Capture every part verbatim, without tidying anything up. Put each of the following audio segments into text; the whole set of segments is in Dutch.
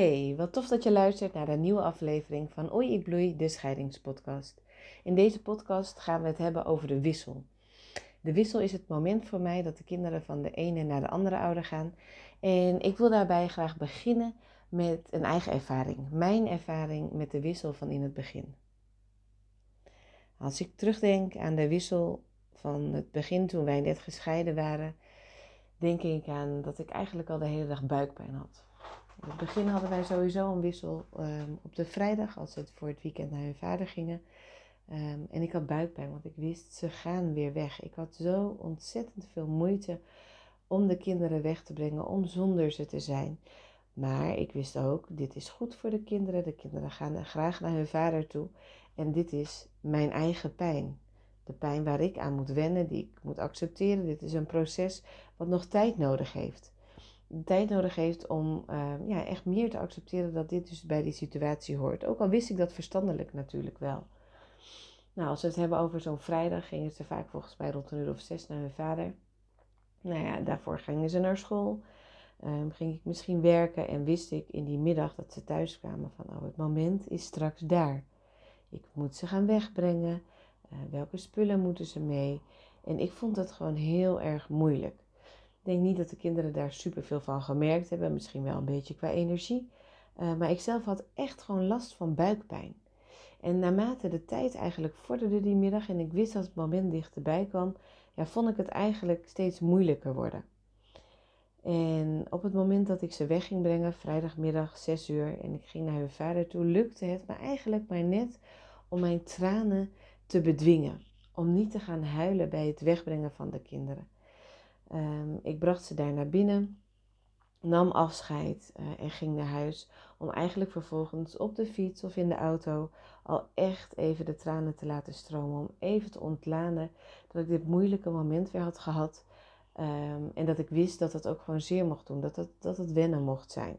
Hey, wat tof dat je luistert naar een nieuwe aflevering van Oei ik bloei, de scheidingspodcast. In deze podcast gaan we het hebben over de wissel. De wissel is het moment voor mij dat de kinderen van de ene naar de andere ouder gaan. En ik wil daarbij graag beginnen met een eigen ervaring. Mijn ervaring met de wissel van in het begin. Als ik terugdenk aan de wissel van het begin toen wij net gescheiden waren, denk ik aan dat ik eigenlijk al de hele dag buikpijn had. In het begin hadden wij sowieso een wissel um, op de vrijdag, als ze het voor het weekend naar hun vader gingen. Um, en ik had buikpijn, want ik wist, ze gaan weer weg. Ik had zo ontzettend veel moeite om de kinderen weg te brengen, om zonder ze te zijn. Maar ik wist ook, dit is goed voor de kinderen. De kinderen gaan graag naar hun vader toe. En dit is mijn eigen pijn. De pijn waar ik aan moet wennen, die ik moet accepteren. Dit is een proces wat nog tijd nodig heeft. tijd nodig heeft om uh, ja, echt meer te accepteren dat dit dus bij die situatie hoort. Ook al wist ik dat verstandelijk natuurlijk wel. Nou, als we het hebben over zo'n vrijdag, gingen ze vaak volgens mij rond een uur of zes naar hun vader. Nou ja, daarvoor gingen ze naar school. Um, ging ik misschien werken en wist ik in die middag dat ze thuis kwamen van, oh, het moment is straks daar. Ik moet ze gaan wegbrengen. Uh, welke spullen moeten ze mee? En ik vond het gewoon heel erg moeilijk. Ik denk niet dat de kinderen daar superveel van gemerkt hebben. Misschien wel een beetje qua energie. Uh, maar ik zelf had echt gewoon last van buikpijn. En naarmate de tijd eigenlijk vorderde die middag en ik wist dat het moment dichterbij kwam, ja, vond ik het eigenlijk steeds moeilijker worden. En op het moment dat ik ze weg ging brengen, vrijdagmiddag zes uur, en ik ging naar hun vader toe, lukte het me eigenlijk maar net om mijn tranen te bedwingen. Om niet te gaan huilen bij het wegbrengen van de kinderen. Um, ik bracht ze daar naar binnen, nam afscheid uh, en ging naar huis. Om eigenlijk vervolgens op de fiets of in de auto al echt even de tranen te laten stromen. Om even te ontladen dat ik dit moeilijke moment weer had gehad. Um, en dat ik wist dat het ook gewoon zeer mocht doen. Dat het, dat het wennen mocht zijn.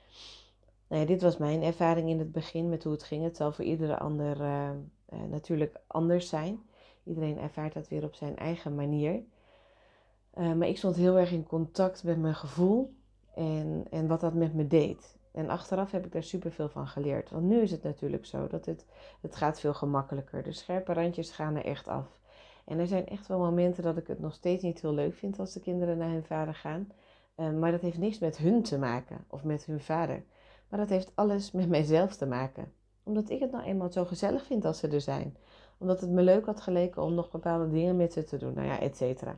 Nou ja, dit was mijn ervaring in het begin met hoe het ging. Het zal voor iedere ander uh, uh, natuurlijk anders zijn. Iedereen ervaart dat weer op zijn eigen manier. Uh, maar ik stond heel erg in contact met mijn gevoel en, en wat dat met me deed. En achteraf heb ik daar superveel van geleerd. Want nu is het natuurlijk zo dat het, het gaat veel gemakkelijker. De scherpe randjes gaan er echt af. En er zijn echt wel momenten dat ik het nog steeds niet heel leuk vind als de kinderen naar hun vader gaan. Uh, maar dat heeft niks met hun te maken of met hun vader. Maar dat heeft alles met mijzelf te maken. Omdat ik het nou eenmaal zo gezellig vind als ze er zijn. Omdat het me leuk had geleken om nog bepaalde dingen met ze te doen. Nou ja, et cetera.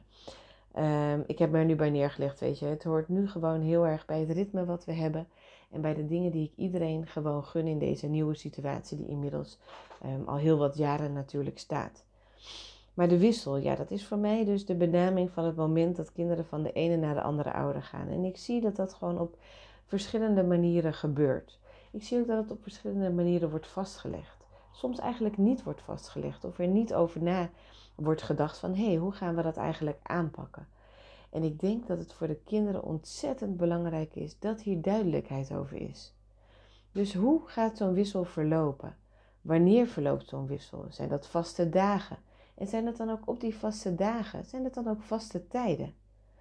Um, ik heb me er nu bij neergelegd, weet je. Het hoort nu gewoon heel erg bij het ritme wat we hebben. En bij de dingen die ik iedereen gewoon gun in deze nieuwe situatie. Die inmiddels um, al heel wat jaren natuurlijk staat. Maar de wissel, ja, dat is voor mij dus de benaming van het moment dat kinderen van de ene naar de andere ouder gaan. En ik zie dat dat gewoon op verschillende manieren gebeurt. Ik zie ook dat het op verschillende manieren wordt vastgelegd. Soms eigenlijk niet wordt vastgelegd of er niet over na wordt gedacht van, hé, hey, hoe gaan we dat eigenlijk aanpakken? En ik denk dat het voor de kinderen ontzettend belangrijk is dat hier duidelijkheid over is. Dus hoe gaat zo'n wissel verlopen? Wanneer verloopt zo'n wissel? Zijn dat vaste dagen? En zijn het dan ook op die vaste dagen? Zijn het dan ook vaste tijden?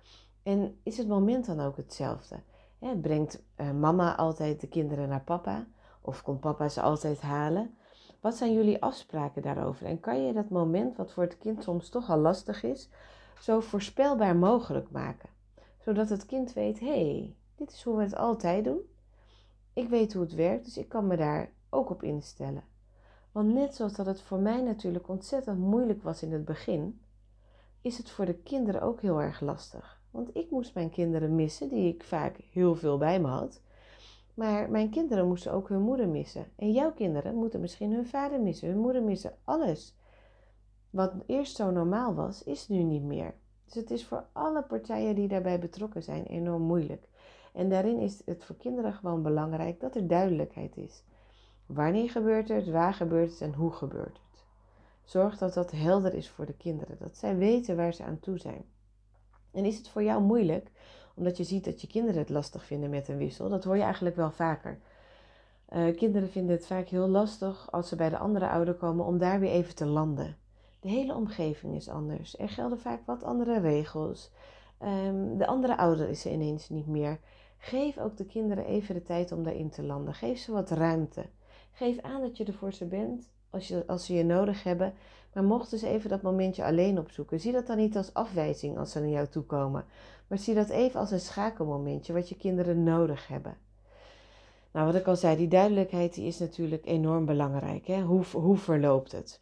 En is het moment dan ook hetzelfde? Ja, brengt uh, mama altijd de kinderen naar papa? Of komt papa ze altijd halen? Wat zijn jullie afspraken daarover? En kan je dat moment, wat voor het kind soms toch al lastig is, zo voorspelbaar mogelijk maken? Zodat het kind weet, hé, hey, dit is hoe we het altijd doen. Ik weet hoe het werkt, dus ik kan me daar ook op instellen. Want net zoals dat het voor mij natuurlijk ontzettend moeilijk was in het begin, is het voor de kinderen ook heel erg lastig. Want ik moest mijn kinderen missen, die ik vaak heel veel bij me had. Maar mijn kinderen moesten ook hun moeder missen. En jouw kinderen moeten misschien hun vader missen, hun moeder missen. Alles wat eerst zo normaal was, is nu niet meer. Dus het is voor alle partijen die daarbij betrokken zijn enorm moeilijk. En daarin is het voor kinderen gewoon belangrijk dat er duidelijkheid is. Wanneer gebeurt het, waar gebeurt het en hoe gebeurt het? Zorg dat dat helder is voor de kinderen. Dat zij weten waar ze aan toe zijn. En is het voor jou moeilijk, omdat je ziet dat je kinderen het lastig vinden met een wissel? Dat hoor je eigenlijk wel vaker. Uh, kinderen vinden het vaak heel lastig als ze bij de andere ouder komen om daar weer even te landen. De hele omgeving is anders. Er gelden vaak wat andere regels. Um, de andere ouder is er ineens niet meer. Geef ook de kinderen even de tijd om daarin te landen. Geef ze wat ruimte. Geef aan dat je er voor ze bent als, je, als ze je nodig hebben. Maar mochten ze even dat momentje alleen opzoeken, zie dat dan niet als afwijzing als ze naar jou toe komen. Maar zie dat even als een schakelmomentje wat je kinderen nodig hebben. Nou, wat ik al zei, die duidelijkheid die is natuurlijk enorm belangrijk. Hè? Hoe, hoe verloopt het?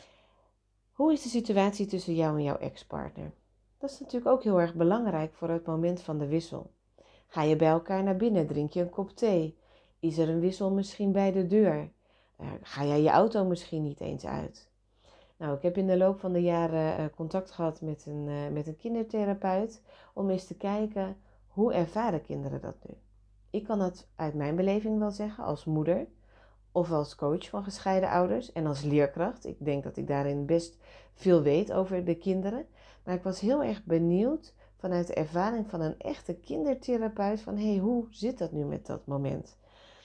Hoe is de situatie tussen jou en jouw ex-partner? Dat is natuurlijk ook heel erg belangrijk voor het moment van de wissel. Ga je bij elkaar naar binnen? Drink je een kop thee? Is er een wissel misschien bij de deur? Uh, ga jij je auto misschien niet eens uit? Nou, ik heb in de loop van de jaren uh, contact gehad met een, uh, met een kindertherapeut om eens te kijken, hoe ervaren kinderen dat nu? Ik kan dat uit mijn beleving wel zeggen als moeder of als coach van gescheiden ouders en als leerkracht. Ik denk dat ik daarin best veel weet over de kinderen. Maar ik was heel erg benieuwd vanuit de ervaring van een echte kindertherapeut van hé, hey, hoe zit dat nu met dat moment?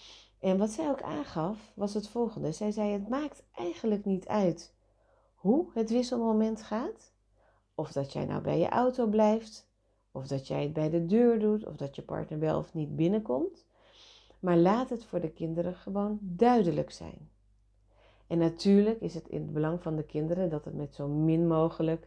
En wat zij ook aangaf was het volgende. Zij zei, het maakt eigenlijk niet uit hoe het wisselmoment gaat. Of dat jij nou bij je auto blijft, of dat jij het bij de deur doet, of dat je partner wel of niet binnenkomt. Maar laat het voor de kinderen gewoon duidelijk zijn. En natuurlijk is het in het belang van de kinderen dat het met zo min mogelijk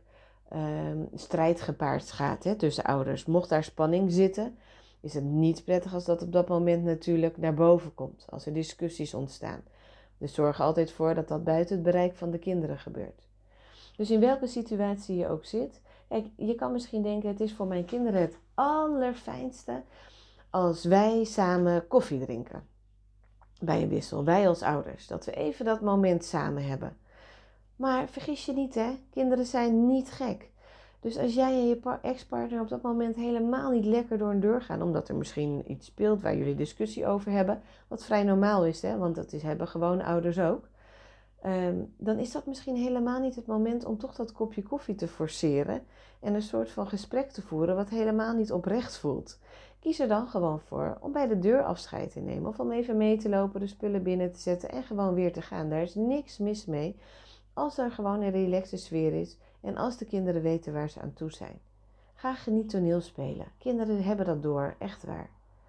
um, strijd gepaard gaat hè, tussen ouders. Mocht daar spanning zitten, is het niet prettig als dat op dat moment natuurlijk naar boven komt. Als er discussies ontstaan. Dus zorg er altijd voor dat dat buiten het bereik van de kinderen gebeurt. Dus in welke situatie je ook zit. Kijk, je kan misschien denken, het is voor mijn kinderen het allerfijnste als wij samen koffie drinken. Bij een wissel, wij als ouders. Dat we even dat moment samen hebben. Maar vergis je niet hè, kinderen zijn niet gek. Dus als jij en je ex-partner op dat moment helemaal niet lekker door een deur gaan, omdat er misschien iets speelt waar jullie discussie over hebben, wat vrij normaal is hè, want dat is, hebben gewone ouders ook. Um, dan is dat misschien helemaal niet het moment om toch dat kopje koffie te forceren en een soort van gesprek te voeren wat helemaal niet oprecht voelt. Kies er dan gewoon voor om bij de deur afscheid te nemen of om even mee te lopen, de spullen binnen te zetten en gewoon weer te gaan. Daar is niks mis mee als er gewoon een relaxte sfeer is en als de kinderen weten waar ze aan toe zijn. Ga niet toneel spelen. Kinderen hebben dat door, echt waar.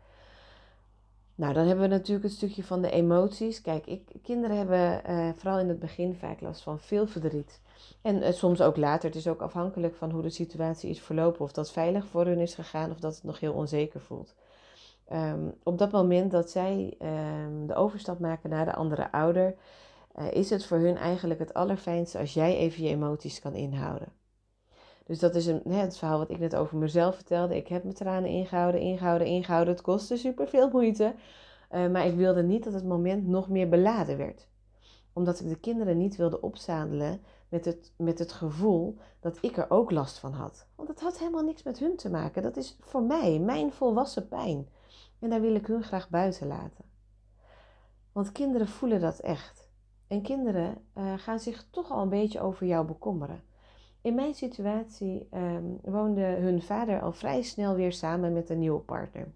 Nou, dan hebben we natuurlijk het stukje van de emoties. Kijk, ik, kinderen hebben uh, vooral in het begin vaak last van veel verdriet. En uh, soms ook later. Het is ook afhankelijk van hoe de situatie is verlopen. Of dat veilig voor hun is gegaan of dat het nog heel onzeker voelt. Um, op dat moment dat zij um, de overstap maken naar de andere ouder, uh, is het voor hun eigenlijk het allerfijnste als jij even je emoties kan inhouden. Dus dat is een, hè, het verhaal wat ik net over mezelf vertelde. Ik heb mijn tranen ingehouden, ingehouden, ingehouden. Het kostte superveel moeite. Uh, maar ik wilde niet dat het moment nog meer beladen werd. Omdat ik de kinderen niet wilde opzadelen met het, met het gevoel dat ik er ook last van had. Want het had helemaal niks met hun te maken. Dat is voor mij, mijn volwassen pijn. En daar wil ik hun graag buiten laten. Want kinderen voelen dat echt. En kinderen uh, gaan zich toch al een beetje over jou bekommeren. In mijn situatie um, woonde hun vader al vrij snel weer samen met een nieuwe partner.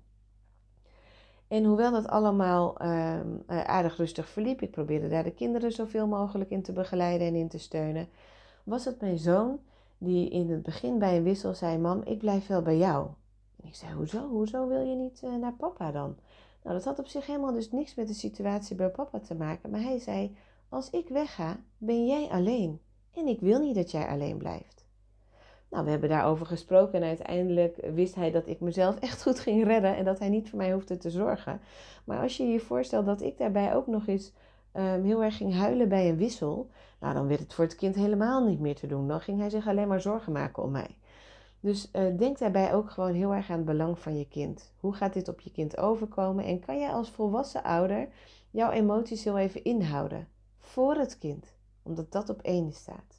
En hoewel dat allemaal um, aardig rustig verliep, ik probeerde daar de kinderen zoveel mogelijk in te begeleiden en in te steunen, was het mijn zoon die in het begin bij een wissel zei, mam, ik blijf wel bij jou. En ik zei, hoezo? Hoezo wil je niet uh, naar papa dan? Nou, dat had op zich helemaal dus niks met de situatie bij papa te maken, maar hij zei, als ik wegga, ben jij alleen. En ik wil niet dat jij alleen blijft. Nou, we hebben daarover gesproken en uiteindelijk wist hij dat ik mezelf echt goed ging redden en dat hij niet voor mij hoefde te zorgen. Maar als je je voorstelt dat ik daarbij ook nog eens um, heel erg ging huilen bij een wissel, nou dan werd het voor het kind helemaal niet meer te doen. Dan ging hij zich alleen maar zorgen maken om mij. Dus uh, denk daarbij ook gewoon heel erg aan het belang van je kind. Hoe gaat dit op je kind overkomen en kan jij als volwassen ouder jouw emoties heel even inhouden voor het kind, omdat dat op één staat.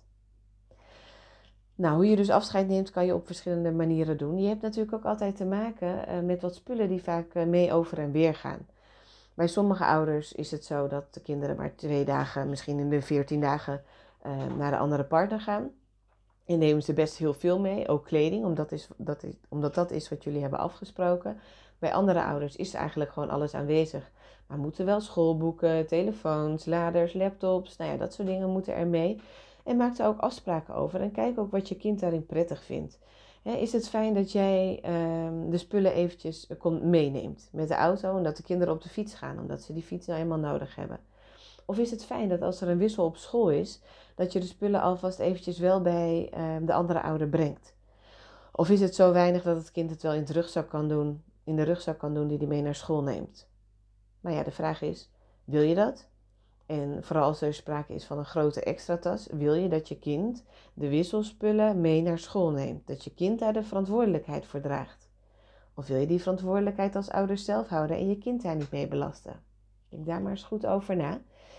Nou, hoe je dus afscheid neemt kan je op verschillende manieren doen. Je hebt natuurlijk ook altijd te maken uh, met wat spullen die vaak uh, mee over en weer gaan. Bij sommige ouders is het zo dat de kinderen maar twee dagen, misschien in de veertien dagen, uh, naar de andere partner gaan. En nemen ze best heel veel mee, ook kleding, omdat, is, dat is, omdat dat is wat jullie hebben afgesproken. Bij andere ouders is eigenlijk gewoon alles aanwezig. Maar moeten wel schoolboeken, telefoons, laders, laptops, nou ja, dat soort dingen moeten er mee. En maak er ook afspraken over en kijk ook wat je kind daarin prettig vindt. Hè, is het fijn dat jij um, de spullen eventjes uh, meeneemt met de auto en dat de kinderen op de fiets gaan, omdat ze die fiets nou eenmaal nodig hebben? Of is het fijn dat als er een wissel op school is, dat je de spullen alvast eventjes wel bij um, de andere ouder brengt? Of is het zo weinig dat het kind het wel in, het rugzak kan doen, in de rugzak kan doen die hij mee naar school neemt? Maar ja, de vraag is, wil je dat? En vooral als er sprake is van een grote extra tas, wil je dat je kind de wisselspullen mee naar school neemt? Dat je kind daar de verantwoordelijkheid voor draagt? Of wil je die verantwoordelijkheid als ouders zelf houden en je kind daar niet mee belasten? Denk daar maar eens goed over na.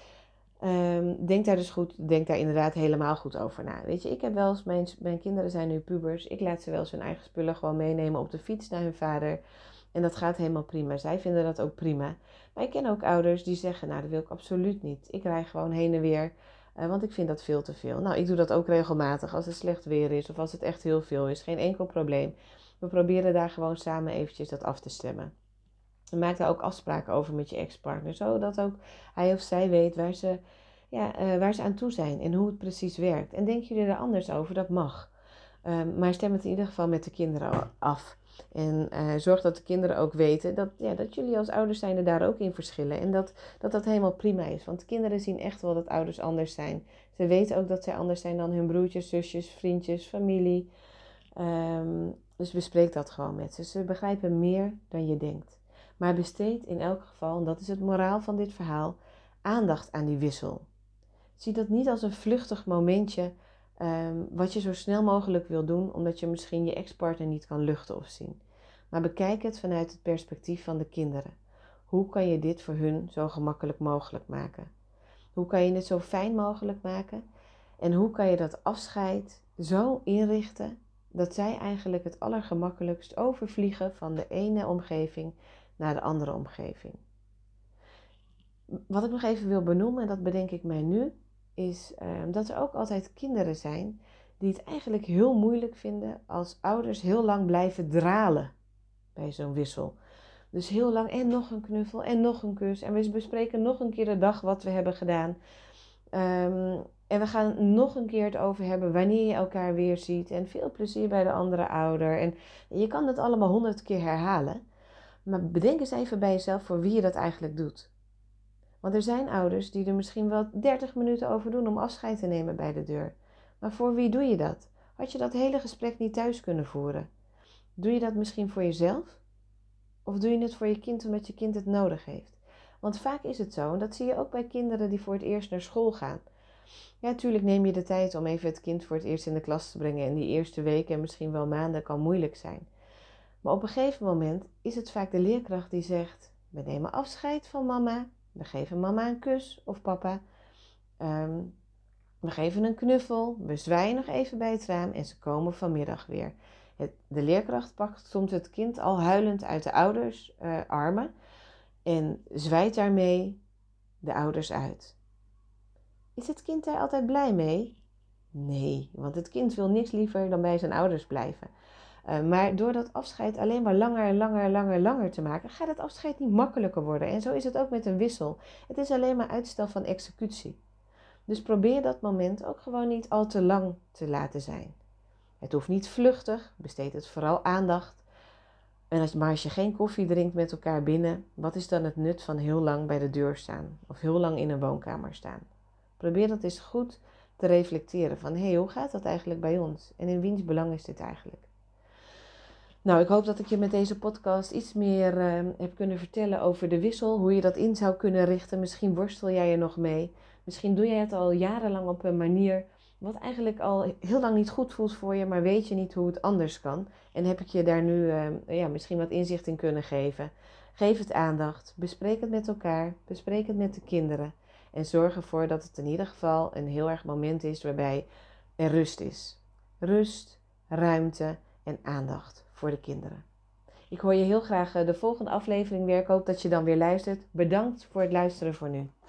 Um, denk daar dus goed, denk daar inderdaad helemaal goed over na. Weet je, ik heb wel eens, mijn, mijn kinderen zijn nu pubers, ik laat ze wel eens hun eigen spullen gewoon meenemen op de fiets naar hun vader. En dat gaat helemaal prima. Zij vinden dat ook prima. Maar ik ken ook ouders die zeggen, nou dat wil ik absoluut niet. Ik rij gewoon heen en weer, uh, want ik vind dat veel te veel. Nou, ik doe dat ook regelmatig als het slecht weer is of als het echt heel veel is. Geen enkel probleem. We proberen daar gewoon samen eventjes dat af te stemmen. En maak daar ook afspraken over met je ex-partner, zodat ook hij of zij weet waar ze, ja, uh, waar ze aan toe zijn en hoe het precies werkt. En denk jullie er anders over, dat mag. Um, maar stem het in ieder geval met de kinderen af. En uh, zorg dat de kinderen ook weten dat, ja, dat jullie als ouders zijn er daar ook in verschillen. En dat, dat dat helemaal prima is. Want de kinderen zien echt wel dat ouders anders zijn. Ze weten ook dat zij anders zijn dan hun broertjes, zusjes, vriendjes, familie. Um, dus bespreek dat gewoon met ze. Ze begrijpen meer dan je denkt. Maar besteed in elk geval, en dat is het moraal van dit verhaal, aandacht aan die wissel. Zie dat niet als een vluchtig momentje um, wat je zo snel mogelijk wil doen, omdat je misschien je ex-partner niet kan luchten of zien. Maar bekijk het vanuit het perspectief van de kinderen. Hoe kan je dit voor hun zo gemakkelijk mogelijk maken? Hoe kan je het zo fijn mogelijk maken? En hoe kan je dat afscheid zo inrichten dat zij eigenlijk het allergemakkelijkst overvliegen van de ene omgeving naar de andere omgeving? Wat ik nog even wil benoemen, en dat bedenk ik mij nu, is uh, dat er ook altijd kinderen zijn die het eigenlijk heel moeilijk vinden als ouders heel lang blijven dralen bij zo'n wissel. Dus heel lang en nog een knuffel en nog een kus. En we bespreken nog een keer de dag wat we hebben gedaan. Um, en we gaan nog een keer het over hebben wanneer je elkaar weer ziet. En veel plezier bij de andere ouder. En je kan dat allemaal honderd keer herhalen. Maar bedenk eens even bij jezelf voor wie je dat eigenlijk doet. Want er zijn ouders die er misschien wel dertig minuten over doen om afscheid te nemen bij de deur. Maar voor wie doe je dat? Had je dat hele gesprek niet thuis kunnen voeren? Doe je dat misschien voor jezelf? Of doe je het voor je kind omdat je kind het nodig heeft? Want vaak is het zo, en dat zie je ook bij kinderen die voor het eerst naar school gaan. Ja, natuurlijk neem je de tijd om even het kind voor het eerst in de klas te brengen. En die eerste weken en misschien wel maanden kan moeilijk zijn. Maar op een gegeven moment is het vaak de leerkracht die zegt: we nemen afscheid van mama. We geven mama een kus of papa. Um, we geven een knuffel. We zwaaien nog even bij het raam en ze komen vanmiddag weer. Het, de leerkracht pakt soms het kind al huilend uit de ouders uh, armen en zwaait daarmee de ouders uit. Is het kind daar altijd blij mee? Nee, want het kind wil niks liever dan bij zijn ouders blijven. Uh, maar door dat afscheid alleen maar langer en langer en langer en langer te maken, gaat het afscheid niet makkelijker worden. En zo is het ook met een wissel. Het is alleen maar uitstel van executie. Dus probeer dat moment ook gewoon niet al te lang te laten zijn. Het hoeft niet vluchtig, besteed het vooral aandacht. En als, maar als je geen koffie drinkt met elkaar binnen, wat is dan het nut van heel lang bij de deur staan? Of heel lang in een woonkamer staan? Probeer dat eens goed te reflecteren van, hé, hey, hoe gaat dat eigenlijk bij ons? En in wiens belang is dit eigenlijk? Nou, ik hoop dat ik je met deze podcast iets meer uh, heb kunnen vertellen over de wissel. Hoe je dat in zou kunnen richten. Misschien worstel jij er nog mee. Misschien doe jij het al jarenlang op een manier wat eigenlijk al heel lang niet goed voelt voor je. Maar weet je niet hoe het anders kan. En heb ik je daar nu uh, ja, misschien wat inzicht in kunnen geven. Geef het aandacht. Bespreek het met elkaar. Bespreek het met de kinderen. En zorg ervoor dat het in ieder geval een heel erg moment is waarbij er rust is. Rust, ruimte en aandacht voor de kinderen. Ik hoor je heel graag de volgende aflevering weer. Ik hoop dat je dan weer luistert. Bedankt voor het luisteren voor nu.